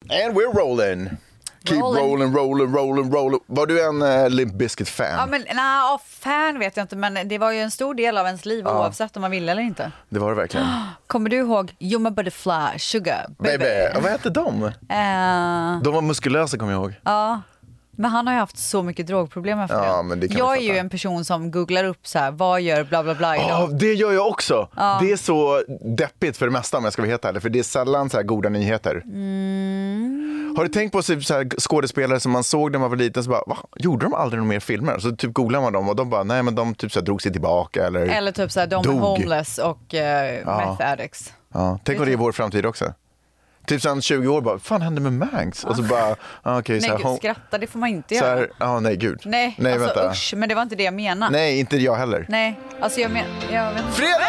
And we're rolling. Keep rolling. Var du en Limp Bizkit-fan? Ja, men fan vet jag inte, men det var ju en stor del av ens liv oavsett om man ville eller inte. Det var det verkligen. Kommer du ihåg You're my butterfly, sugar, baby? Och vad hette de? De var muskulösa, kommer jag ihåg. Ja. Men han har ju haft så mycket drogproblem efter det. Men det kan jag är ju en person som googlar upp så här, vad gör bla bla bla idag? Det gör jag också. Det är så deppigt för det mesta, om jag ska vara helt ärlig. För det är sällan så här goda nyheter. Har du tänkt på så här skådespelare som man såg när man var liten så bara, va? Gjorde de aldrig några mer filmer? Så typ googlar man dem och de bara, nej men de typ så här drog sig tillbaka. Eller typ så här, de är homeless och meth addicts. Ja. Tänk om det är vår framtid också. Typ sen 20 år bara, vad fan hände med Manx? Och så bara, okej. Nej, gud, skratta, det får man inte göra. Här, nej gud. Nej, alltså vänta. usch, men det var inte det jag menade. Nej, inte jag heller. Nej, alltså jag vet inte. Fredag!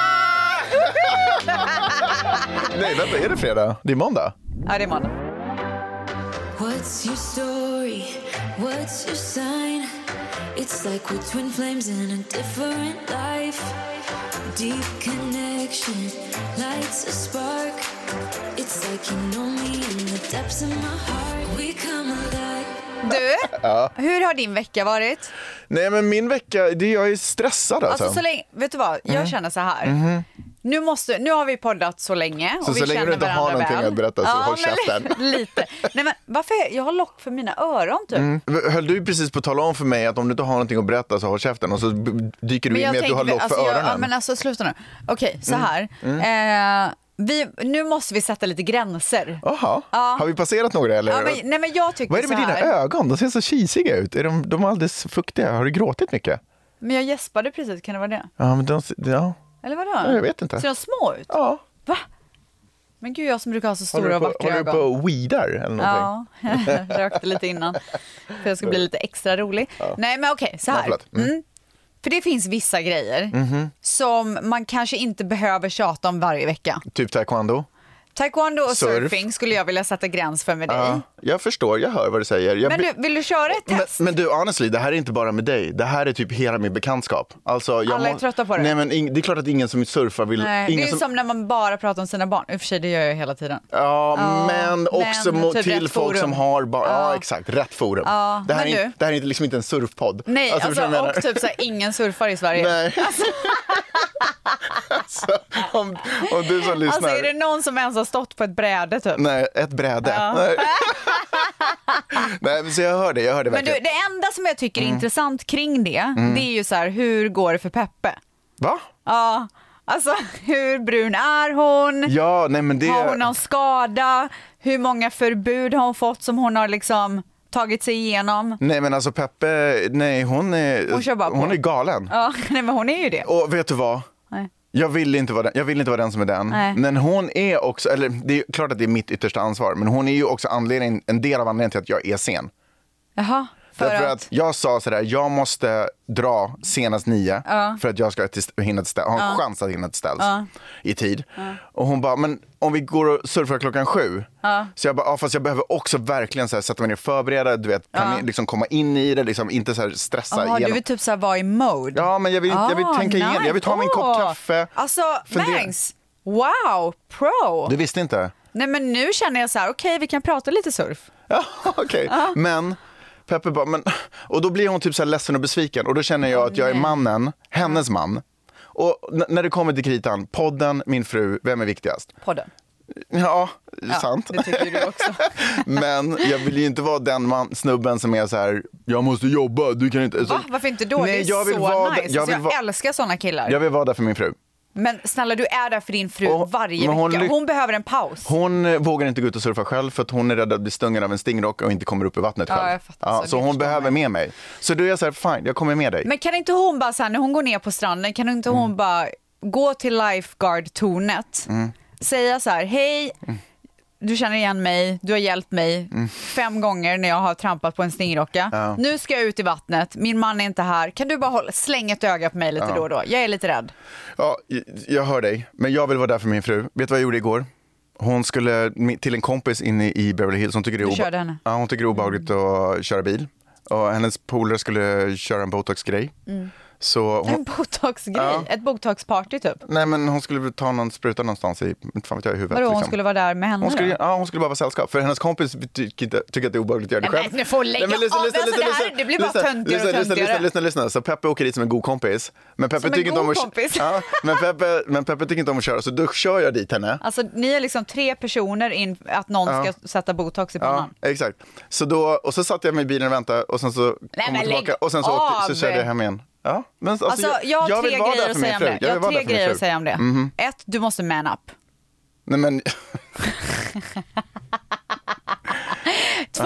Nej, vänta, är det fredag? Det är måndag. Ja, det är måndag. What's your story? What's your sign? It's like we're twin flames in a different life. Deep connection lights a spark. It's like you know me in the depths of my heart. We come alive. Du, hur har din vecka varit? Nej, men min vecka, jag är stressad alltså. Så länge, vet du vad, jag känner så här. Nu har vi poddat så länge och vi länge känner du inte har någonting väl. att berätta så håll käften. Lite. Nej, men varför? Jag har lock för mina öron typ. Höll du precis på att tala om för mig att om du inte har någonting att berätta så håll käften och så dyker du in med att du har lock för öronen? Ja, men alltså sluta nu. Okej, så här. Nu måste vi sätta lite gränser. Jaha, har vi passerat några eller? Nej, men jag tycker vad är det med så här. dina ögon? De ser så kisiga ut. De är alldeles fuktiga. Har du gråtit mycket? Men jag gäspade precis, kan det vara det? Ja, men Eller vadå? Ja, jag vet inte. Ser de små ut? Ja. Va? Men gud, jag som brukar ha så stora och vackra ögon. Håller du på weedar eller någonting? Ja, rökte lite innan. För jag ska bli lite extra rolig. Ja. Nej, men okej, så här. För det finns vissa grejer som man kanske inte behöver tjata om varje vecka. Typ taekwondo och surfing skulle jag vilja sätta gräns för med dig. Ja, jag förstår, jag hör vad du säger. Men vill du köra ett test? Men du, honestly, det här är inte bara med dig. Det här är typ hela min bekantskap. Alltså, alla är trötta på det. Nej, men det är klart att ingen som surfar vill... Nej, det är som när man bara pratar om sina barn. I och för sig, det gör jag hela tiden. Men också typ till folk som har barn. Ja, exakt. Rätt forum. Det här är liksom inte en surfpodd. Nej, alltså och typ så här, ingen surfar i Sverige. Nej. Alltså, om du som lyssnar... Alltså, är det någon som ens har stått på ett bräde typ? Nej, ett bräde. Ja. Nej, så jag hör det verkligen. Men du, det enda som jag tycker är intressant kring det är ju så här, hur går det för Peppe? Va? Ja, alltså hur brun är hon? Ja, nej men det... Har hon någon skada? Hur många förbud har hon fått som hon har liksom tagit sig igenom? Nej, men alltså Peppe, nej hon är galen. Ja, nej, men hon är ju det. Och vet du vad? Nej. Jag vill inte vara den som är den. Nej. Men hon är också, eller det är klart att det är mitt yttersta ansvar, men hon är ju också en del av anledningen till att jag är sen. Jaha. Därför att jag sa sådär, jag måste dra senast 9 för att jag ska ha en chans att hinna till ställs i tid. Och hon bara, men om vi går och surfar klockan 7. Så jag bara, fast jag behöver också verkligen så här, sätta mig ner och förbereda, du vet, liksom komma in i det, liksom inte så här stressa igenom. Du vill typ så här vara i mode. Ja, men jag vill tänka igenom, jag vill ta mig en kopp kaffe. Alltså, Mangs, wow, pro. Du visste inte? Nej, men nu känner jag så här, okej, vi kan prata lite surf. Ja, okej. Men Peppe bara, och då blir hon typ så här ledsen och besviken. Och då känner jag att jag är hennes man. Och när det kommer till kritan, podden, min fru, vem är viktigast? Podden. Ja, sant. Det tycker du också. Men jag vill ju inte vara den snubben som är så här, jag måste jobba, du kan inte... Va? Varför inte då? Nej, det är jag vill så vara nice. Jag älskar såna killar. Jag vill vara där för min fru. Men snälla, du är där för din fru varje vecka. Hon behöver en paus. Hon vågar inte gå ut och surfa själv för att hon är rädd att bli stungen av en stingrock och inte kommer upp i vattnet själv. Jag fattar, så hon behöver med mig. Så då är jag så här, fine, jag kommer med dig. Men kan inte hon bara så här, när hon går ner på stranden, kan inte hon bara gå till lifeguard-tornet, säga så här, hej, du känner igen mig, du har hjälpt mig 5 gånger när jag har trampat på en stingrocka. Nu ska jag ut i vattnet, min man är inte här. Kan du bara slänga ett öga på mig lite då och då? Jag är lite rädd. Ja, jag hör dig. Men jag vill vara där för min fru. Vet du vad jag gjorde igår? Hon skulle till en kompis inne i Beverly Hills. Hon tycker det är obehagligt att köra bil. Och hennes polare skulle köra en botox-grej. Så En botoxgrej, ett botoxparty typ. Nej, men hon skulle ta någon spruta någonstans i huvudet. Vadå, hon skulle vara där med henne? Hon skulle bara vara sällskap. För hennes kompis tycker att det är obehagligt att göra det själv. Nej, nu får lägga av. Det blir bara töntigare och töntigare. Lyssna. Så Peppe åker dit som en god kompis. Men Peppe tycker inte om men Peppe tycker inte om att köra, så då kör jag dit henne. Alltså ni är liksom 3 personer in att någon ska sätta botox i pannan. Ja, exakt. Så satt jag mig i bilen och väntade och sen så kom hon tillbaka och sen så körde jag hem igen. Ja, men alltså, jag har 3 grejer att säga om det. Jag har 3 grejer att säga om det. 1, du måste man up. Nej men 2,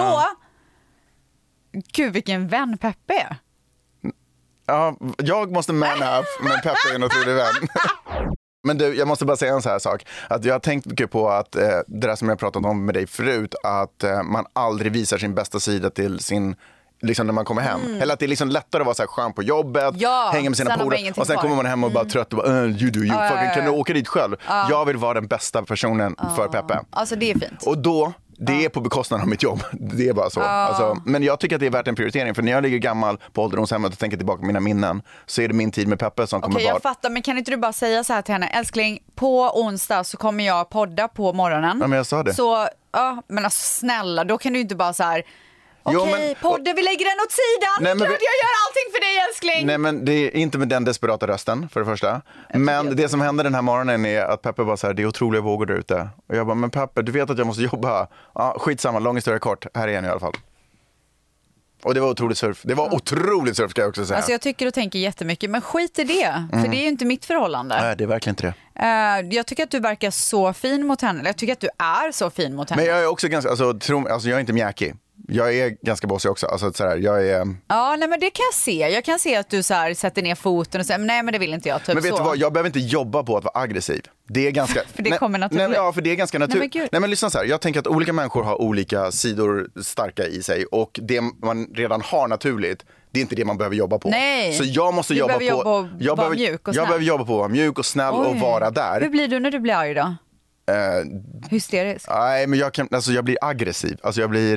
gud vilken vän Peppe är. Ja, jag måste man up, men Peppe är en otrolig vän. Men du, jag måste bara säga en så här sak. Att jag har tänkt mycket på att det där som jag pratat om med dig förut, att man aldrig visar sin bästa sida till sin, liksom när man kommer hem. Eller att det är liksom lättare att vara så här skön på jobbet, hänga med sina polare, och sen kommer man hem och bara trött och bara, kan du åka dit själv? Jag vill vara den bästa personen för Peppe. Alltså det är fint. Och då, det är på bekostnad av mitt jobb. Det är bara så. Alltså, men jag tycker att det är värt en prioritering. För när jag ligger gammal på ålderdomshemmet och tänker tillbaka på mina minnen, så är det min tid med Peppe som kommer vara. Jag fattar, men kan inte du bara säga så här till henne: älskling, på onsdag så kommer jag podda på morgonen. Ja, men jag sa det. Så, men alltså snälla, då kan du inte bara så här: okej, podden, vi lägger den åt sidan. Nej, klart jag gör allting för dig, älskling. Nej, men det är inte med den desperata rösten, för det första. Men det som hände den här morgonen är att Peppe bara så här: det är otroliga vågor där ute. Och jag bara, men Peppe, du vet att jag måste jobba. Ja, skitsamma, lång historia kort. Här är jag i alla fall. Och det var otroligt surf. Det var otroligt surf, ska jag också säga. Alltså jag tycker och tänker jättemycket, men skit i det. För det är ju inte mitt förhållande. Nej, det är verkligen inte det. Jag tycker att du verkar så fin mot henne. Jag tycker att du är så fin mot henne. Men jag är också ganska, jag är inte mjäkig. Jag är ganska bossig också. Alltså, så här, jag är... Ja, nej, men det kan jag se. Jag kan se att du så här, sätter ner foten och säger, nej men det vill inte jag. Typ, men vet så. du vad, jag behöver inte jobba på att vara aggressiv. Det är ganska... för det kommer naturligt. Nej, ja, för det är ganska naturligt. Nej, men lyssna så här. Jag tänker att olika människor har olika sidor starka i sig. Och det man redan har naturligt, det är inte det man behöver jobba på. Nej, så jag måste jobba på... Jag behöver jobba på att vara mjuk och snäll och vara där. Hur blir du när du blir arg då? Hysterisk? Nej, men jag blir aggressiv. Alltså jag blir...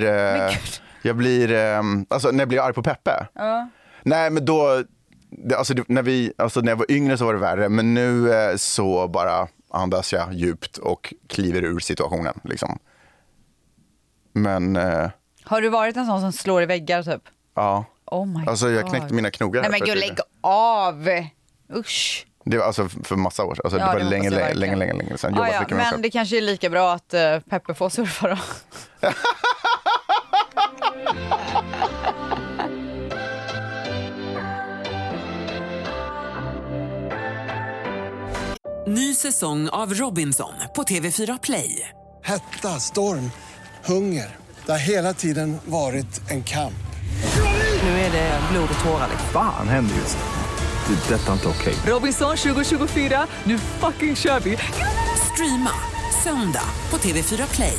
alltså när jag blir arg på Peppe. Nej, men då... när jag var yngre så var det värre. Men nu så bara andas jag djupt och kliver ur situationen. Liksom. Men... Har du varit en sån som slår i väggar typ? Ja. Oh my alltså jag knäckte mina knogar. Nej men gud, lägg av! Usch. Det var alltså för massa år sedan. Alltså, det var länge sedan. Men det kanske är lika bra att Peppe får surfa då. Ny säsong av Robinson på TV4 Play. Hetta, storm, hunger. Det har hela tiden varit en kamp. Nu är det blod och tårar. Fan händer just det. Detta är inte okej. Robinson 2024, nu fucking kör vi. Streama söndag på TV4 Play.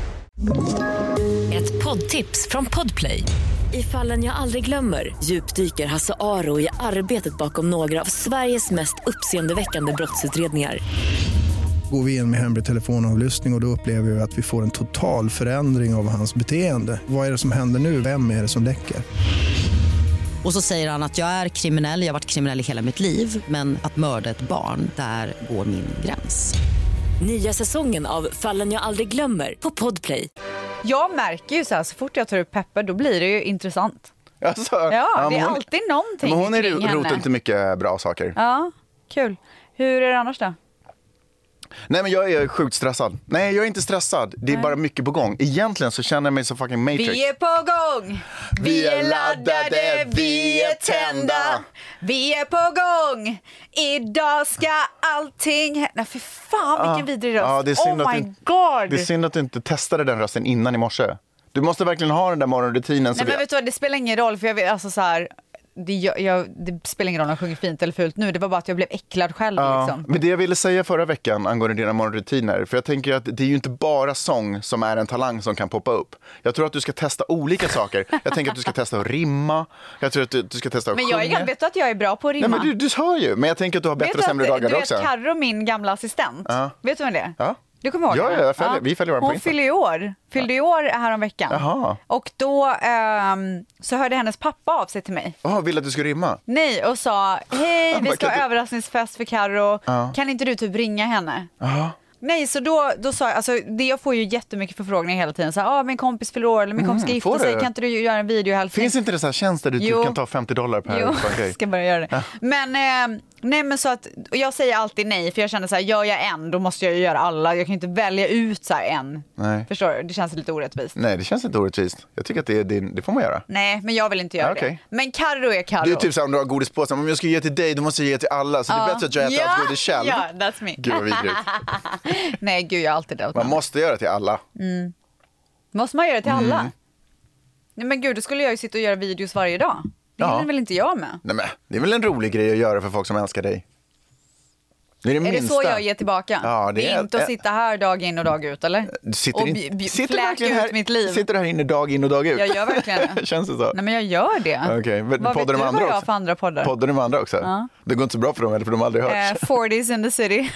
Ett poddtips från Podplay. I Fallen jag aldrig glömmer djupdyker Hasse Aro i arbetet bakom några av Sveriges mest uppseendeväckande brottsutredningar. Går vi in med hemlig telefonavlyssning och då upplever vi att vi får en total förändring av hans beteende. Vad är det som händer nu? Vem är det som läcker? Och så säger han att jag är kriminell, jag har varit kriminell i hela mitt liv. Men att mörda ett barn, där går min gräns. Nya säsongen av Fallen jag aldrig glömmer på Podplay. Jag märker ju så här, så fort jag tar upp Peppe, då blir det ju intressant. Alltså, ja, det är alltid någonting. Men hon är rotar inte mycket bra saker. Ja, kul. Hur är det annars då? Nej, men jag är sjukt stressad. Nej, jag är inte stressad. Det är bara mycket på gång. Egentligen så känner jag mig så fucking Matrix. Vi är på gång. Vi är laddade. Vi är tända. Vi är på gång. Idag ska allting... Nej, för fan vilken vidrig röst. Ja, det är synd oh my god. Det är synd att du inte testade den rösten innan i morse. Du måste verkligen ha den där morgonrutinen. Nej, men vet du vad, det spelar ingen roll. För jag vet, alltså så här... Det spelar ingen roll om jag sjunger fint eller fult nu. Det var bara att jag blev äcklad själv. Ja, liksom. Men det jag ville säga förra veckan angående dina morgonrutiner, för jag tänker att det är ju inte bara sång som är en talang som kan poppa upp. Jag tror att du ska testa olika saker. Jag tänker att du ska testa att rimma. Jag tror att du ska testa att sjunga. Men jag vet att jag är bra på att rimma. Nej, men du hör ju. Men jag tänker att du har bättre och sämre dagar också. Du vet Karro, min gamla assistent. Vet du vem det är? Ja. Du kommer ihåg det? Ja, vi följer varandra på Insta. Hon fyllde i år här om veckan. Jaha. Och då så hörde hennes pappa av sig till mig. Ville att du skulle rimma? Nej, och sa, hej, vi ska ha överraskningsfest för Karo. Kan inte du typ ringa henne? Nej, så då sa jag, alltså jag får ju jättemycket förfrågningar hela tiden. Så här, min kompis fyller år eller min kompis ska gifta sig, kan inte du göra en videohälsning? Finns inte det så här tjänster du kan ta $50 per? Jo, ska börja göra det. Men så att, och jag säger alltid nej, för jag känner så här, gör jag en, då måste jag ju göra alla. Jag kan inte välja ut så här en. Nej. Förstår du? Det känns lite orättvist. Nej, det känns inte orättvist. Jag tycker att det får man göra. Nej, men jag vill inte göra det. Men Karo är Karo. Du är typ så här, om du har godispåsen, om jag ska ge till dig, då måste jag ge till alla. Så det är bättre att jag äter allt godis själv. Ja, that's me. Gud vad vidrigt. Nej, gud, jag har alltid det. Man måste göra till alla. Måste man göra till alla? Nej, men gud, då skulle jag ju sitta och göra videos varje dag. Det är väl inte jag med. Nej, men det är väl en rolig grej att göra för folk som älskar dig. Det är det så jag ger tillbaka? Ja, det är inte att sitta här dag in och dag ut, eller? Sitter ut mitt liv. Sitter du här inne dag in och dag ut? Jag gör verkligen det. Känns det så? Nej, men jag gör det. Okej, men vad poddar vet de du andra vad jag också? har för andra poddar? Poddar de andra också? Ja. Det går inte så bra för dem, eller för de har aldrig hört. 40s in the city.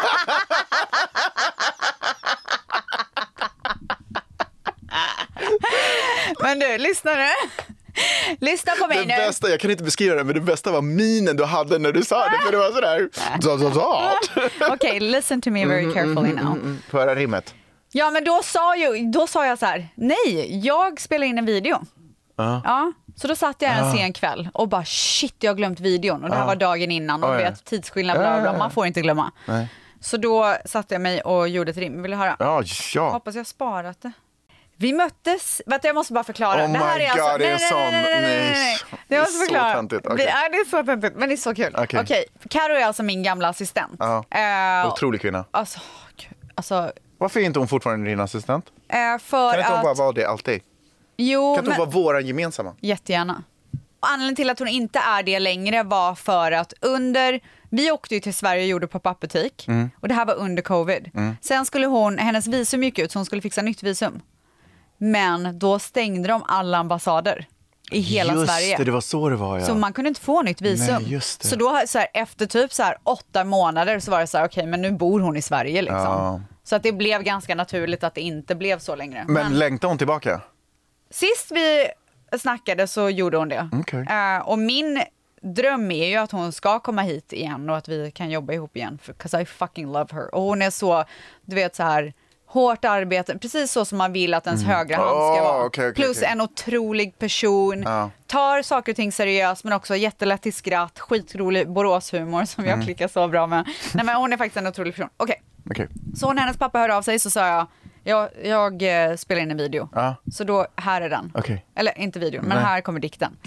Men du, lyssna nu. Lyssna på mig det nu. Bästa, jag kan inte beskriva det, men det bästa var minen du hade när du sa det, för det var sådär. Okej, listen to me very carefully now. Förra rimmet. Ja, men då sa jag så här, nej, jag spelar in en video. Ja, så då satt jag en sen kväll och bara shit, jag har glömt videon. Och det här var dagen innan och vet tidsskillnad, bla bla, man får inte glömma. Nej. Så då satte jag mig och gjorde ett rim. Vill du höra? Ja. Hoppas jag har sparat det. Vi möttes, jag måste bara förklara. Oh my God, det är sån. Nej. Det måste förklara. Så töntigt. Okay. Det är så töntigt, men det är så kul. Okej. Karo är alltså min gamla assistent. Otrolig kvinna. Alltså, varför är inte hon fortfarande din assistent? För kan inte hon bara vara det alltid? Jo, kan inte hon vara våra gemensamma? Jättegärna. Anledningen till att hon inte är det längre var för att vi åkte ju till Sverige och gjorde pop-up-butik. Och det här var under covid. Sen skulle hennes visum gick ut, så hon skulle fixa nytt visum. Men då stängde de alla ambassader i hela Sverige. Just det var så det var, ja. Så man kunde inte få nytt visum. Nej, just det. Så då efter typ 8 månader så var det så här, okej, men nu bor hon i Sverige liksom. Ja. Så att det blev ganska naturligt att det inte blev så längre. Men längtar hon tillbaka? Sist vi snackade så gjorde hon det. Okay. Och min dröm är ju att hon ska komma hit igen och att vi kan jobba ihop igen. Because I fucking love her. Och hon är så, du vet, så här hårt arbete, precis så som man vill att ens högra hand ska vara. Okay, plus en otrolig person. Tar saker och ting seriöst, men också jättelätt till skratt. Skitrolig Boråshumor som jag klickar så bra med. Nej, men hon är faktiskt en otrolig person. Okej. Så när hennes pappa hörde av sig så sa jag spelar in en video. Så då, här är den. Eller inte videon, men här kommer dikten.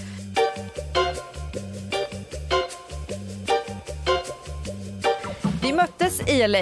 Vi möttes i LA.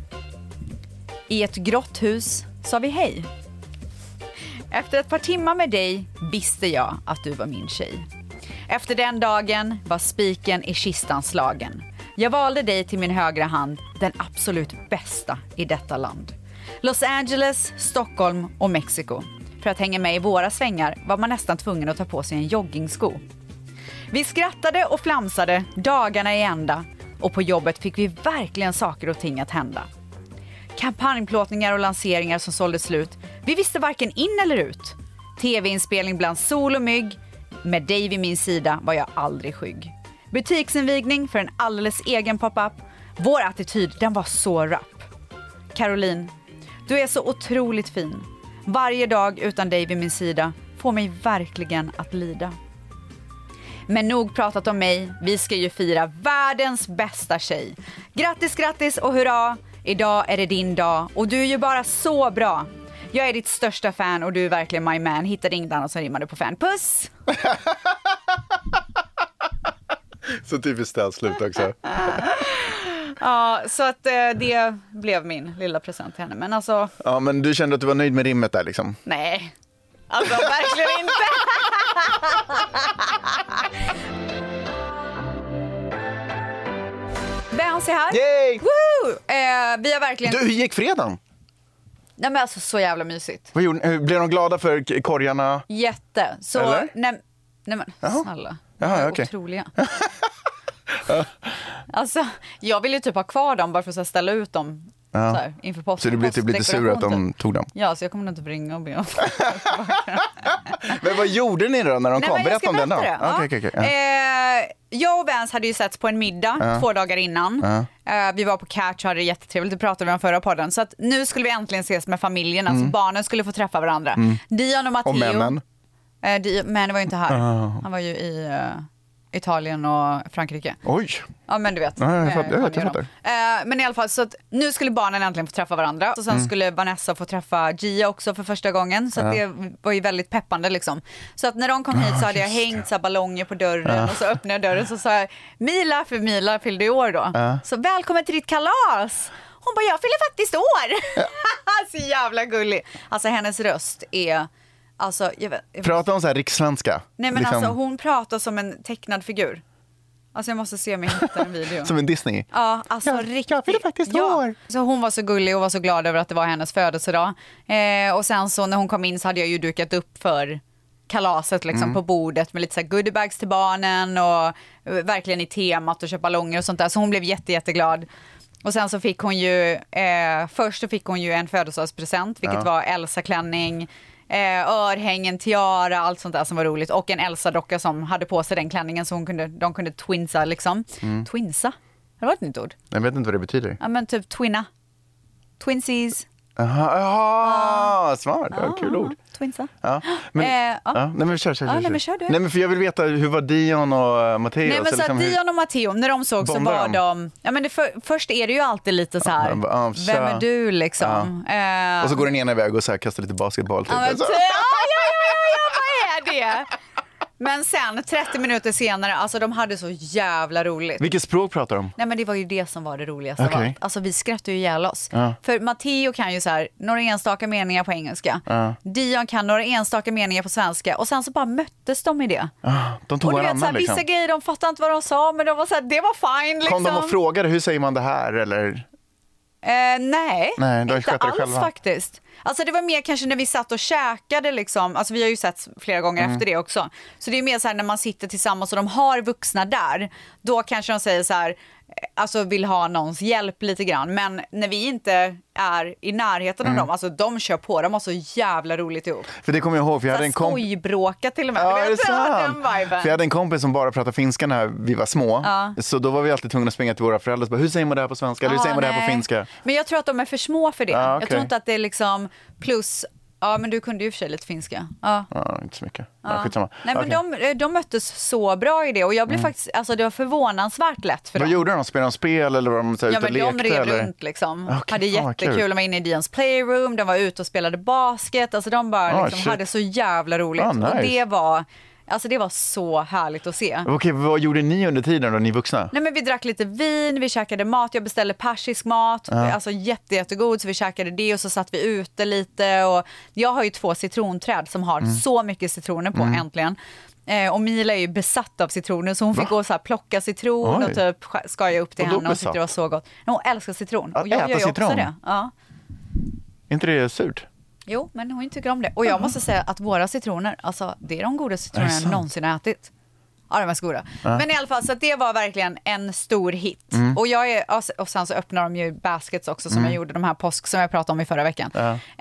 I ett grått hus sa vi hej. Efter ett par timmar med dig visste jag att du var min tjej. Efter den dagen var spiken i kistan slagen. Jag valde dig till min högra hand, den absolut bästa i detta land. Los Angeles, Stockholm och Mexiko. För att hänga med i våra svängar var man nästan tvungen att ta på sig en joggingsko. Vi skrattade och flamsade dagarna i ända. Och på jobbet fick vi verkligen saker och ting att hända. Kampanjplåtningar och lanseringar som sålde slut. Vi visste varken in eller ut. TV-inspelning bland sol och mygg. Med dig vid min sida var jag aldrig skygg. Butiksinvigning för en alldeles egen pop-up. Vår attityd, den var så rapp. Caroline, du är så otroligt fin. Varje dag utan dig vid min sida får mig verkligen att lida. Men nog pratat om mig. Vi ska ju fira världens bästa tjej. Grattis, grattis och hurra. Idag är det din dag och du är ju bara så bra. Jag är ditt största fan och du är verkligen my man. Hittade inget annat som rimmade på fan. Puss! Så typiskt slut också. Ja, så att det blev min lilla present till henne. Men alltså... Ja, men du kände att du var nöjd med rimmet där liksom? Nej, alltså verkligen inte. Vans är här. Yay! Woo! Vi har verkligen... Du, hur gick fredagen? Nej, men alltså så jävla mysigt. Vad gjorde, blev de glada för korgarna? Jätte. Så, eller? Nej men, snälla. Jaha, okej. Otroliga. Alltså, jag vill ju typ ha kvar dem bara för att ställa ut dem Så här, inför post. Så du blev typ lite sur att de tog dem? Ja, så jag kommer nog inte ringa och be om. Men vad gjorde ni då när de kom? Berätta om den då. Jag och Vance hade ju setts på en middag 2 dagar innan. Vi var på Catch och hade det jättetrevligt. Det pratade vi om förra podden. Så att nu skulle vi äntligen ses med familjen. Alltså barnen skulle få träffa varandra. Dion och Matteo. Och männen? Men var ju inte här. Han var ju i Italien och Frankrike. Oj. Ja, men du vet. Jag fattar. Men i alla fall, så att nu skulle barnen äntligen få träffa varandra. Och sen skulle Vanessa få träffa Gia också för första gången. Så att det var ju väldigt peppande liksom. Så att när de kom hit så hade jag hängt så ballonger på dörren. Och så öppnade jag dörren och så sa jag, Mila fyllde i år då. Så välkommen till ditt kalas. Hon bara, jag fyller faktiskt år. Så jävla gullig. Alltså hennes röst är... Alltså, pratar hon så här rikssvenska? Nej, men liksom... alltså, hon pratar som en tecknad figur. Alltså jag måste se om jag hittar en video. Som en Disney? Ja, alltså riktigt. Jag fyller faktiskt år. Så hon var så gullig och var så glad över att det var hennes födelsedag. Och sen så när hon kom in så hade jag ju dukat upp för kalaset liksom på bordet med lite så här goodiebags till barnen och verkligen i temat och köpa ballonger och sånt där. Så hon blev jätteglad. Och sen så fick hon ju, först så fick hon ju en födelsedagspresent, vilket var Elsa-klänning, örhängen, tiara, allt sånt där som var roligt. Och en Elsa-docka som hade på sig den klänningen så de kunde twinsa liksom. Twinsa? Har det varit ett nytt ord? Jag vet inte vad det betyder. Ja, men typ twinna. Twinsies. Aha, smart. Ja, kul ord. Twinsa. Ja. Men, nej, men kör. Nej, men kör du. Nej, men för jag vill veta, hur var Dion och Matteo? Nej, men så liksom, Dion och Matteo, när de såg så var de... Ja, men först är det ju alltid lite så här, vem är du liksom? Och så går den ena iväg och så här, kastar lite basketboll. Typ. Vad är det? Men sen 30 minuter senare, alltså de hade så jävla roligt. Vilket språk pratar de? Nej, men det var ju det som var det roligaste av allt. Alltså vi skrattade ju ihjäl oss. För Matteo kan ju så här, några enstaka meningar på engelska. Dion kan några enstaka meningar på svenska. Och sen så bara möttes de i det. De tog varandra så här, liksom. Vissa grejer, de fattade inte vad de sa, men de var så här, det var fine liksom. Kom de och frågade, hur säger man det här eller... Nej, inte alls själva. Faktiskt. Alltså det var mer kanske när vi satt och käkade liksom. Alltså vi har ju sett flera gånger efter det också. Så det är mer så här när man sitter tillsammans och de har vuxna där. Då kanske de säger så här, alltså vill ha någons hjälp lite grann. Men när vi inte är i närheten av dem, alltså de kör på, de har så jävla roligt ihop. För det kommer jag ihåg, för jag hade en skojbråka till och med. Ja, det är sant. För jag hade en kompis som bara pratade finska när vi var små. Så då var vi alltid tvungna att springa till våra föräldrar och bara, hur säger man det här på svenska? Eller hur säger man det här på finska? Men jag tror att de är för små för det. Jag tror inte att det är liksom plus... Ja, men du kunde ju för sig lite finska. Ja, inte så mycket. Nej, men de möttes så bra i det. Och jag blev faktiskt, alltså det var förvånansvärt lätt för dem. Vad gjorde de? Spelade de spel eller var de så här ute och lekte? De red runt liksom. Hade jättekul. De var inne i Dions playroom. De var ute och spelade basket. Alltså de bara hade så jävla roligt. Nice. Och det var så härligt att se. Okej, vad gjorde ni under tiden då, ni vuxna? Nej, men vi drack lite vin, vi käkade mat, jag beställde persisk mat, alltså jättegod, så vi käkade det och så satt vi ute lite. Och jag har ju 2 citronträd som har så mycket citroner på äntligen. Och Mila är ju besatt av citroner, så hon fick gå så här, plocka citron och typ skaja upp till henne och tyckte det var så gott. Hon älskar citron. Och jag gör ju också det. Ja. Är inte det surt? Jo, men hon tycker om det. Och jag måste säga att våra citroner, alltså det är de godaste citronerna jag någonsin har ätit. Ja, de är så goda. Men i alla fall, så det var verkligen en stor hit. Och sen så öppnar de ju baskets också som jag gjorde, de här påsk som jag pratade om i förra veckan.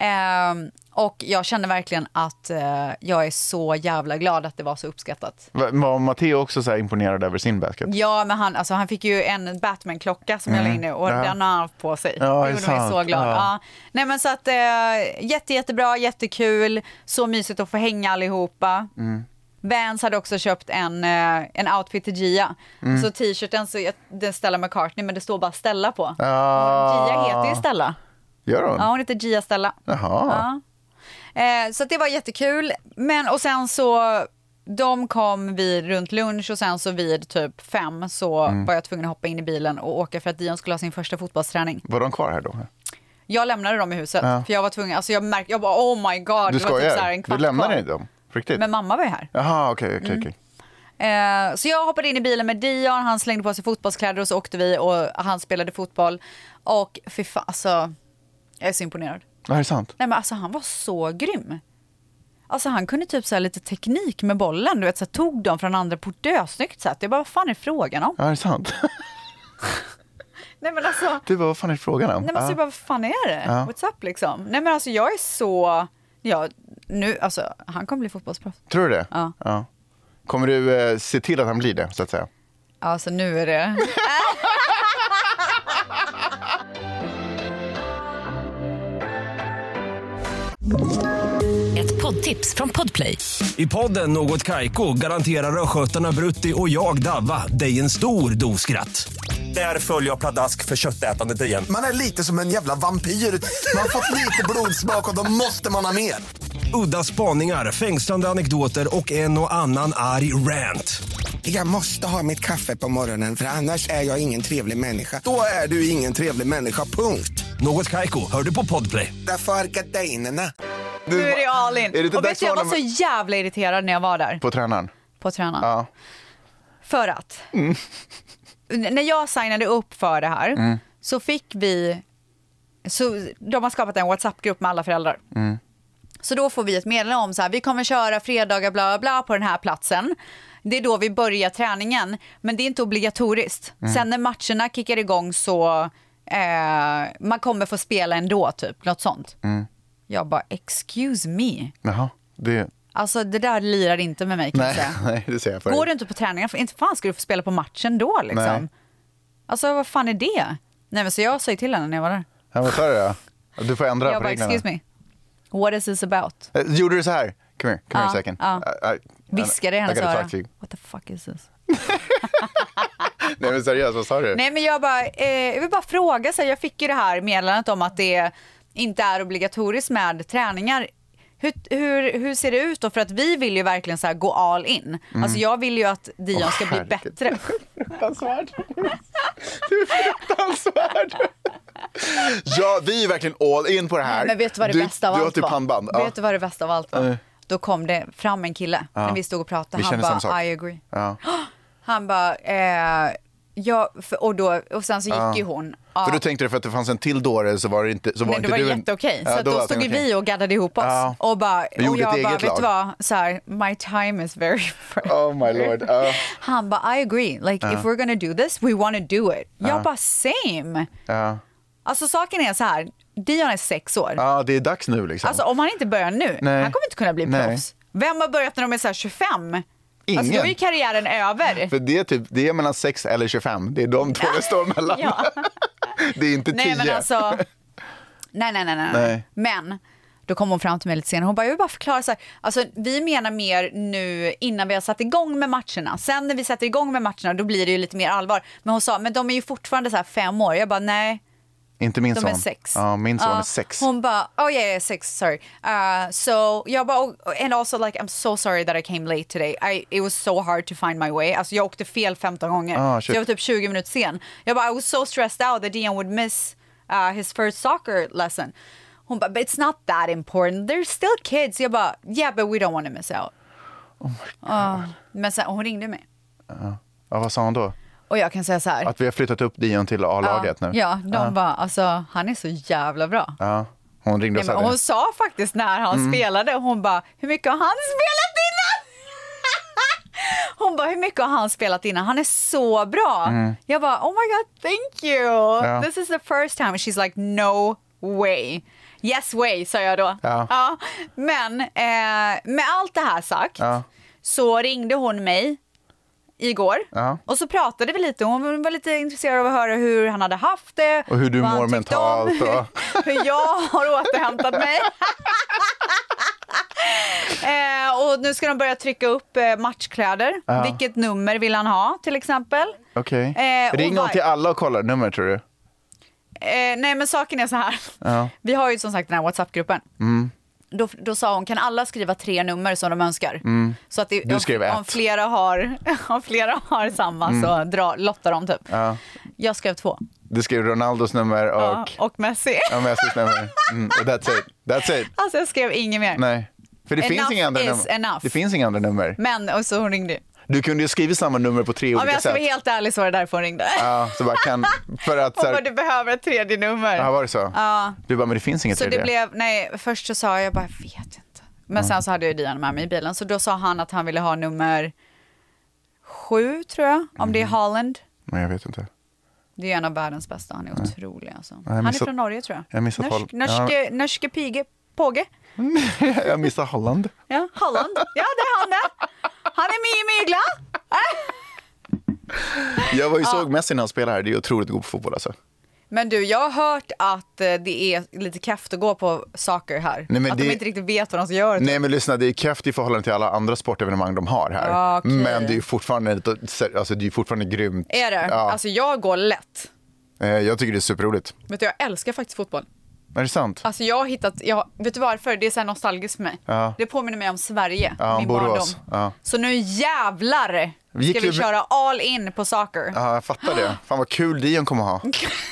Och jag kände verkligen att jag är så jävla glad att det var så uppskattat. Var Matteo också så här imponerad över sin basket? Ja, men han fick ju en Batman-klocka som jag la inne och den har han på sig. Det gjorde mig så glad. Nej, men så att jättebra, jättekul. Så mysigt att få hänga allihopa. Vans hade också köpt en outfit till Gia. Så t-shirten, så det Stella McCartney, men det står bara Stella på. Och Gia heter ju Stella. Gör hon? Ja, hon heter Gia Stella. Jaha. Så det var jättekul. Och sen så de kom vid runt lunch och sen så vid typ 5 så var jag tvungen att hoppa in i bilen och åka för att Dion skulle ha sin första fotbollsträning. Var de kvar här då? Jag lämnade dem i huset. För jag var tvungen, alltså jag bara oh my god. Du det var typ så här du lämnade dem? Riktigt? Men mamma var ju här. Jaha, okej. Så jag hoppade in i bilen med Dion, han slängde på sig fotbollskläder och så åkte vi och han spelade fotboll. Och fy fan, alltså, jag är så imponerad. Ja, är det sant? Nej, men alltså han var så grym. Alltså han kunde typ så här lite teknik med bollen, du vet, så tog dem från andra på dösnyggt sätt. Jag bara, vad fan är frågan om? Ja, är det sant? Nej men alltså. Du bara, vad fan är frågan om? Nej men alltså, vad fan är det? What's up liksom? Nej men alltså jag är så, nu, alltså han kommer bli fotbollsproffs. Tror du det? Ja. Kommer du se till att han blir det, så att säga? Alltså nu är det. Ett poddtips från Podplay. I podden Något Kaiko garanterar skötarna Brutti och jag Davva dig en stor doskratt. Där följer jag pladask för köttätandet igen. Man är lite som en jävla vampyr. Man har fått lite blodsmak och då måste man ha mer. Udda spaningar, fängslande anekdoter och en och annan arg rant. Jag måste ha mitt kaffe på morgonen för annars är jag ingen trevlig människa. Då är du ingen trevlig människa, punkt. Något Kaiko, hör du på Podplay. Därför är gardinerna. Nu är det all in. Är det och vet du, jag var så jävla irriterad när jag var där. På tränaren? På tränaren. Ja. För att när jag signade upp för det här så fick vi, så de har skapat en WhatsApp-grupp med alla föräldrar. Så då får vi ett meddelande om så här, vi kommer köra fredagar bla bla på den här platsen. Det är då vi börjar träningen, men det är inte obligatoriskt. Sen när matcherna kickar igång så man kommer få spela ändå typ, något sånt. Jag bara, excuse me. Jaha, det... Alltså det där lirar inte med mig kan jag säga. Nej, det ser jag för. Går du inte på träningar, inte fan ska du få spela på matchen då liksom. Nej. Alltså vad fan är det? Nej men så jag sa ju till henne när jag var där. Ja, vad sa du då? Du får ändra jag på reglerna. Excuse me. What is this about? Gjorde du så här? Come here a second. Viskade i hennes öra. What the fuck is this? Nej men seriöst, vad sa du? Nej men jag bara, jag vill bara fråga så här, jag fick ju det här meddelandet om att det inte är obligatoriskt med träningar. Hur ser det ut då? För att vi vill ju verkligen så här gå all in. Alltså jag vill ju att Dion ska bli bättre. Fruktansvärt. Du är fruktansvärd. Ja, vi är verkligen all in på det här. Men vet du vad det bästa av allt var? Du har typ handband. Vet du vad det bästa av allt var? Då kom det fram en kille när vi stod och pratade. Han bara, I agree. Ja. Han bara, och sen så gick ju hon. För du tänkte för att det fanns en till dåre så var det inte så var det var jätteokej. Så då stod vi och gaddade ihop oss och bara och jag bara, vet du vad, så här, my time is very fresh. Oh my lord. Han bara, I agree. Like if we're gonna do this, we want to do it. Jag bara, same. Alltså saken är så här, Dion är 6 år. Ja, det är dags nu liksom. Alltså om han inte börjar nu, han kommer inte kunna bli proffs. Vem har börjat när de är så här 25? Ingen. Alltså då är ju karriären över. För det är mellan 6 eller 25. Det är de två det står mellan. Det är inte 10. Nej men alltså, nej. Men då kom hon fram till mig lite senare. Hon bara, jag vill bara förklara så här. Alltså vi menar mer nu innan vi har satt igång med matcherna. Sen när vi sätter igång med matcherna då blir det ju lite mer allvar. Men hon sa, men de är ju fortfarande så här 5 år. Jag bara, nej. Inte min son. De är 6. Ja, min son är 6. Hon bara, oh yeah, 6, sorry. So, jag bara, and also like, I'm so sorry that I came late today. It was so hard to find my way. Alltså jag åkte fel 15 gånger. Så jag var typ 20 minuter sen. Jag bara, I was so stressed out that Dion would miss his first soccer lesson. Hon bara, but it's not that important. They're still kids. Jag bara, yeah, but we don't want to miss out. Oh my God. Men sen, hon ringde mig. Ja, vad sa hon då? Och jag kan säga så här. Att vi har flyttat upp Dion till A-laget nu. Ja, de bara, alltså han är så jävla bra. Ja, hon ringde och sa det. Hon sa faktiskt när han spelade, hon bara, hur mycket har han spelat innan? Hon bara, hur mycket har han spelat innan? Han är så bra. Jag bara, oh my God, thank you. This is the first time. She's like, no way. Yes way, sa jag då. Ja. Men med allt det här sagt så ringde hon mig igår. Och så pratade vi lite. Hon var lite intresserad av att höra hur han hade haft det. Och hur du mår mentalt. Hur jag har återhämtat mig. Och nu ska de börja trycka upp matchkläder. Vilket nummer vill han ha till exempel? Okej. Ring hon till alla och kolla nummer tror du? Nej men saken är så här. Vi har ju som sagt den här WhatsApp-gruppen. Då sa hon, kan alla skriva 3 nummer som de önskar? Så att om flera har samma så lottar de typ. Jag skrev 2. Du skrev Ronaldos nummer och Messi. Ja, Messis nummer. Och that's it. Alltså jag skrev inget mer. Nej. För det finns inga andra nummer. Det finns inga andra nummer. Men och så hon ringde. Du kunde ju skriva samma nummer på 3 olika sätt. Men jag ska vara helt ärlig så var det därför hon ringde. Ja, så bara för att så här, du behöver ett 3:e nummer. Ja, var det så? Ja. Du bara, men det finns inget 3:e. Så det blev, först så sa jag bara, vet inte. Men sen så hade jag Dion med mig i bilen. Så då sa han att han ville ha nummer 7 tror jag. Om det är Haaland. Men jag vet inte. Det är en av världens bästa. Han är otrolig alltså. Han är från Norge tror jag. Jag missat Norske pige påge. Jag missar Holland. Ja, Holland. Ja, det är han där. Han är mygla. Jag var ju såg Messi när han spelade här. Det är otroligt god på fotboll alltså. Men du, jag har hört att det är lite kräft att gå på saker här. Nej, att de inte riktigt vet vad de ska göra. Nej, men lyssna, det är kräft i förhållande till alla andra sportevenemang de har här. Okay. Men det är ju fortfarande, alltså, det är fortfarande grymt. Är det? Ja. Alltså jag går lätt. Jag tycker det är superroligt. Vet du, jag älskar faktiskt fotboll. Är det sant? Alltså jag har hittat, vet du varför? Det är så här nostalgiskt för mig. Ja. Det påminner mig om Sverige, min Borås. barndom. Ja. Så nu jävlar ska vi köra all in på soccer. Ja, jag fattar det. Fan vad kul Dion kommer ha.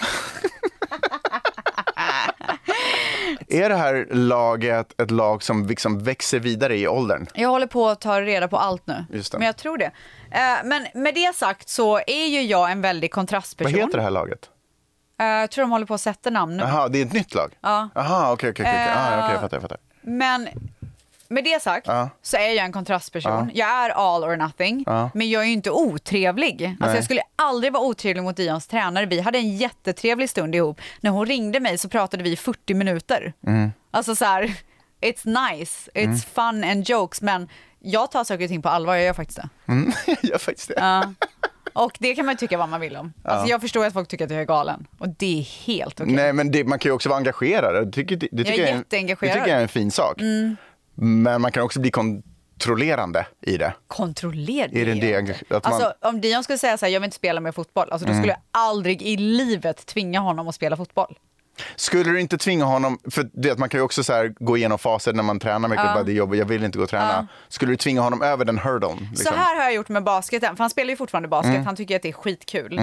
Är det här laget ett lag som liksom växer vidare i åldern? Jag håller på att ta reda på allt nu. Just det. Men jag tror det. Men med det sagt så är ju jag en väldig kontrastperson. Vad heter det här laget? Jag tror de håller på att sätta namn nu. Jaha, det är ett nytt lag? Ja. Jaha, okej, jag fattar. Men med det sagt så är jag en kontrastperson. Jag är all or nothing. Men jag är ju inte otrevlig. Alltså jag skulle aldrig vara otrevlig mot Dions tränare. Vi hade en jättetrevlig stund ihop. När hon ringde mig så pratade vi 40 minuter. Alltså så här, it's nice, it's fun and jokes. Men jag tar saker och ting på allvar, jag gör faktiskt det. Jag gör faktiskt det. Och det kan man tycka vad man vill om. Alltså jag förstår att folk tycker att jag är galen. Och det är helt okej. Nej, men man kan ju också vara engagerad. Jag är jätteengagerad. Det tycker jag är en fin sak. Men man kan också bli kontrollerande i det. Kontrollerande? Alltså om Dion skulle säga så här, jag vill inte spela med fotboll. Alltså då skulle jag aldrig i livet tvinga honom att spela fotboll. Skulle du inte tvinga honom, för det, man kan ju också så här gå igenom faser när man tränar mycket, bara det jobb, jag vill inte gå och träna. Skulle du tvinga honom över den hurdlen? Liksom? Så här har jag gjort med basketen, för han spelar ju fortfarande basket, han tycker att det är skitkul.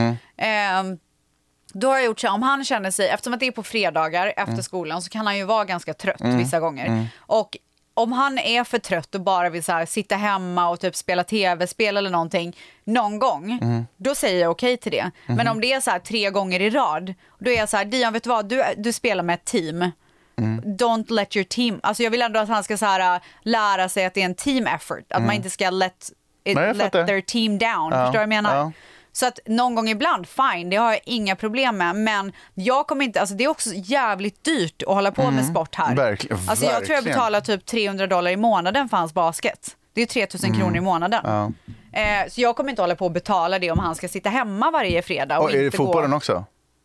Då har jag gjort så, om han känner sig, eftersom att det är på fredagar efter skolan, så kan han ju vara ganska trött vissa gånger. Och om han är för trött och bara vill så här, sitta hemma och typ spela tv-spel eller någonting någon gång, då säger jag okej till det. Men om det är så här 3 gånger i rad, då är jag så här, Dion, vet du vad? Du spelar med ett team. Don't let your team... Alltså jag vill ändå att han ska så här, lära sig att det är en team effort. Att man inte ska let their team down. Förstår du vad jag menar? Ja. Så att någon gång ibland, fine, det har jag inga problem med. Men jag kommer inte, alltså det är också jävligt dyrt att hålla på med sport här. Verkligen. Alltså jag tror jag betalar typ $300 i månaden för hans basket. Det är 3000 kronor i månaden. Så jag kommer inte hålla på att betala det om han ska sitta hemma varje fredag. Och är det fotbollen också?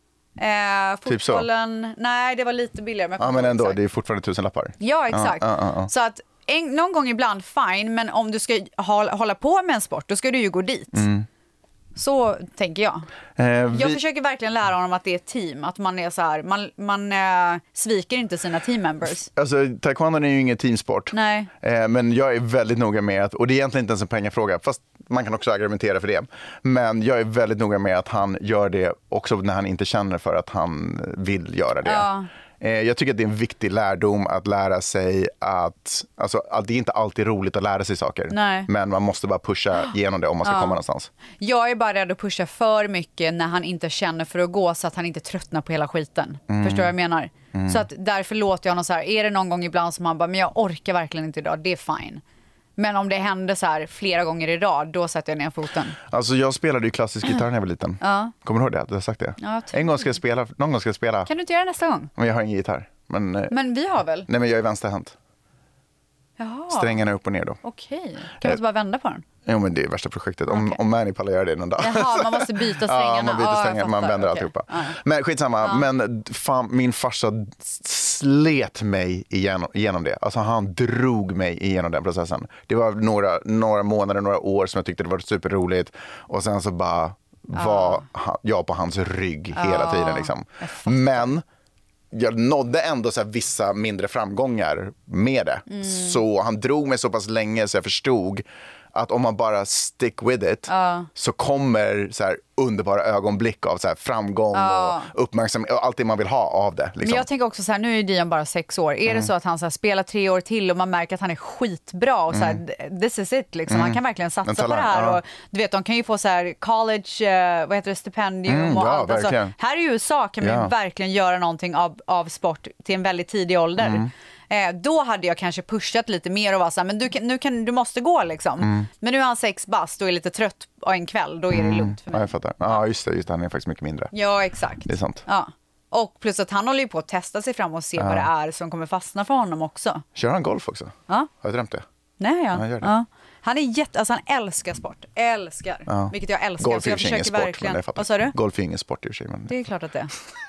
Fotbollen, typ nej det var lite billigare. Men ändå, det är fortfarande 1000 lappar. Ja, exakt. Så att någon gång ibland, fine. Men om du ska hålla på med en sport, då ska du ju gå dit. Så tänker jag. Jag försöker verkligen lära honom att det är ett team. Att man är så här, man sviker inte sina teammembers. Alltså, taekwondo är ju ingen teamsport. Nej. Men jag är väldigt noga med att, och det är egentligen inte ens en pengafråga, fast man kan också argumentera för det. Men jag är väldigt noga med att han gör det också när han inte känner för att han vill göra det. Ja. Jag tycker att det är en viktig lärdom att lära sig att det är inte alltid roligt att lära sig saker. Nej. Men man måste bara pusha igenom det om man ska komma någonstans. Jag är bara rädd att pusha för mycket när han inte känner för att gå, så att han inte tröttnar på hela skiten. Förstår du vad jag menar? Så att därför låter jag honom så här, är det någon gång ibland som han bara, men jag orkar verkligen inte idag, det är fine. Men om det händer så här flera gånger i rad, då sätter jag ner foten. Alltså jag spelade ju klassisk gitarr när jag var liten. Kommer du ihåg det? Du har sagt det. Någon gång ska jag spela. Kan du inte göra det nästa gång? Men jag har ingen gitarr. Men vi har väl? Nej, men jag är vänsterhänt. Jaha. Strängarna upp och ner då. Okej. Kan man inte bara vända på den? Jo, men det är värsta projektet. Om Manny pallar göra det någon dag. Jaha, man måste byta strängarna. Ja, man byter strängar, man vänder alltihopa. Men skitsamma, men min farsa slet mig igenom det. Alltså han drog mig igenom den processen. Det var några månader, några år som jag tyckte det var superroligt. Och sen så bara var jag på hans rygg hela tiden liksom. Men jag nådde ändå så här vissa mindre framgångar med det. Så han drog mig så pass länge så jag förstod att om man bara stick with it så kommer så här underbara ögonblick av så här framgång och uppmärksamhet och allt det man vill ha av det. Liksom. Men jag tänker också så här, nu är Dion bara 6 år. Är det så att han så här spelar 3 år till och man märker att han är skitbra och så här, this is it liksom. Han kan verkligen satsa på det här. Och, du vet, de kan ju få så här college, vad heter det, stipendium och allt. Alltså, här i USA kan man ju verkligen göra någonting av sport till en väldigt tidig ålder. Då hade jag kanske pushat lite mer och var så här, men du måste gå liksom. Men nu är han 6 bast och är lite trött en kväll, då är det lugnt för mig. Ja, jag fattar. Ja, just det, han är faktiskt mycket mindre. Ja, exakt. Det är sant. Ja. Och plus att han håller ju på att testa sig fram och se vad det är som kommer fastna för honom också. Kör han golf också? Ja. Har jag drömt det? Nej, Han gör det. ja. Han är han älskar sport. Vilket jag älskar. Golf är så jag försöker sport, verkligen. men det fattar. Vad sa du? Golf är ingen sport i och för sig. Men... Det är klart att det är.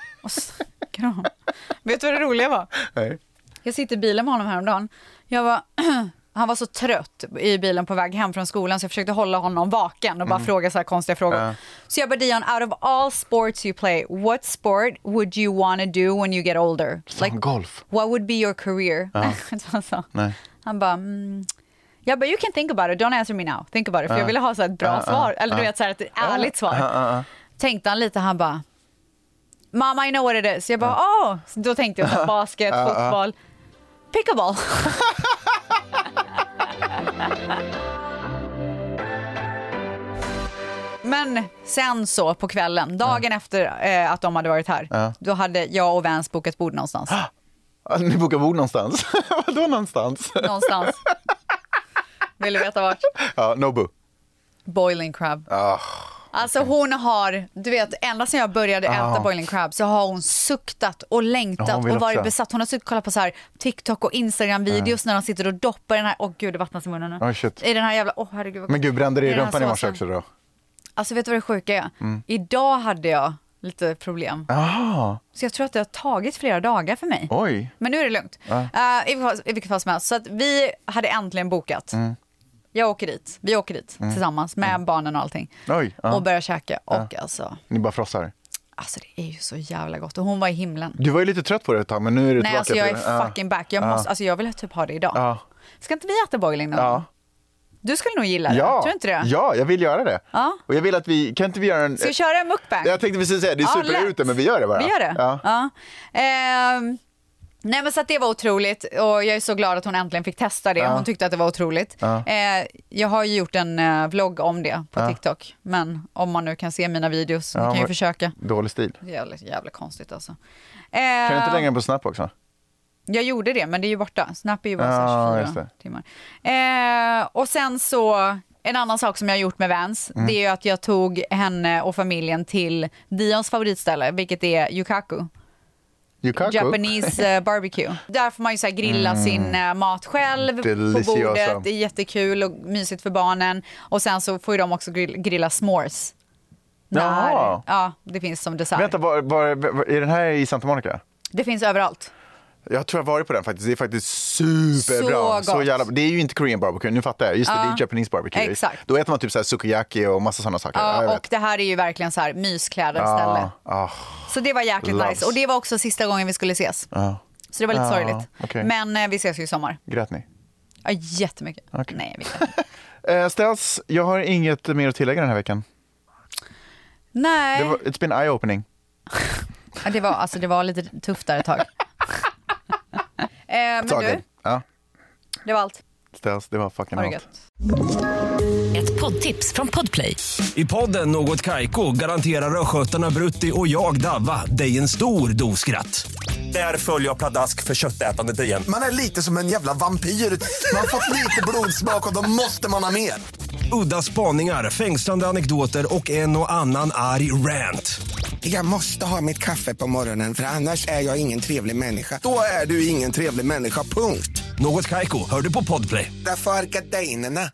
Vet du vad det roliga var? Nej. Jag sitter i bilen med honom häromdagen. Han var så trött i bilen på väg hem från skolan så jag försökte hålla honom vaken och bara fråga så här konstiga frågor. Så jag bara, Dion, out of all sports you play, what sport would you want to do when you get older? Like, golf. What would be your career? Han bara, jag bara, you can think about it, don't answer me now. Think about it, för jag ville ha så ett bra svar. Eller du vet, så här, ett ärligt svar. Tänkte han lite, han bara, Mama, I know what it is. Jag bara, Så då tänkte jag så basket, fotboll, pickleball. Men sen så på kvällen, dagen efter att de hade varit här, då hade jag och Vans bokat bord någonstans. Ni bokar bord någonstans? Vadå någonstans? Någonstans. Vill du veta vart? Ja, Nobu. Boiling crab. Alltså hon har, du vet, ända sedan jag började äta boiling crab så har hon suktat och längtat och varit besatt. Hon har suttit och kollat på så här TikTok och Instagram-videos när de sitter och doppar den här, gud det vattnas i munnen nu. I den här jävla, herregud. Men gud, brände det i rumpan i morse också då? Alltså vet du vad det sjuka är? Idag hade jag lite problem. Så jag tror att det har tagit flera dagar för mig. Oj. Men nu är det lugnt. I vilket fall som helst. Så att vi hade äntligen bokat. Vi åker dit tillsammans med barnen och allting. Och börjar käka. Och alltså... Ni bara frossar. Alltså det är ju så jävla gott. Och hon var i himlen. Du var ju lite trött på det ett tag, men nu är du tillbaka. Nej, alltså jag är fucking back. Jag vill typ ha det idag. Ska inte vi äta boiling någon gång? Du skulle nog gilla det, tror du inte det? Ja, jag vill göra det. Och jag vill att kan inte vi göra en... Ska vi köra en mukbang? Jag tänkte precis säga, det är super ute, men vi gör det bara. Vi gör det? Nej, men så att det var otroligt och jag är så glad att hon äntligen fick testa det. Hon tyckte att det var otroligt. Jag har ju gjort en vlogg om det på TikTok, men om man nu kan se mina videos så kan jag försöka. Dålig stil. Jävla konstigt alltså. Kan du inte lägga den på Snap också? Jag gjorde det, men det är ju borta. Snap är ju bara 24 timmar. Och sen så, en annan sak som jag har gjort med Vans, det är ju att jag tog henne och familjen till Dions favoritställe, vilket är Yukaku. Japanese barbecue. Där får man ju så här grilla sin mat själv på bordet. Det är jättekul och mysigt för barnen. Och sen så får ju de också grilla s'mores. Ja, det finns som dessert. Vänta, var är den här i Santa Monica? Det finns överallt. Jag tror jag varit på den faktiskt. Det är faktiskt superbra. Så jävla... Det är ju inte Korean barbecue, nu fattar jag. Just det, det är Japanese barbecue. Exakt. Då äter man typ så här sukiyaki och massa sådana saker. Ja, och det här är ju verkligen så här myskläder-ställe. Så det var jäkligt nice. Och det var också sista gången vi skulle ses. Så det var lite sorgligt. Okay. Men vi ses ju i sommar. Grät ni? Ja, jättemycket. Okay. Nej, vi kan inte. Ställs, jag har inget mer att tillägga den här veckan. Nej. It's been eye-opening. Det var lite tufft där ett tag. Men du, det var allt. Ställs, det var fucking allt. Ett poddtips från Podplay. I podden Något Kaiko garanterar röskötarna Brutti och jag Davva dig en stor doskratt. Där följer jag pladask för köttätandet igen. Man är lite som en jävla vampyr. Man har fått lite blodsmak och då måste man ha mer. Udda spaningar, fängslande anekdoter och en och annan arg rant. Jag måste ha mitt kaffe på morgonen för annars är jag ingen trevlig människa. Då är du ingen trevlig människa, punkt. Något Kaiko, hör du på Podplay. Därför är gardinerna.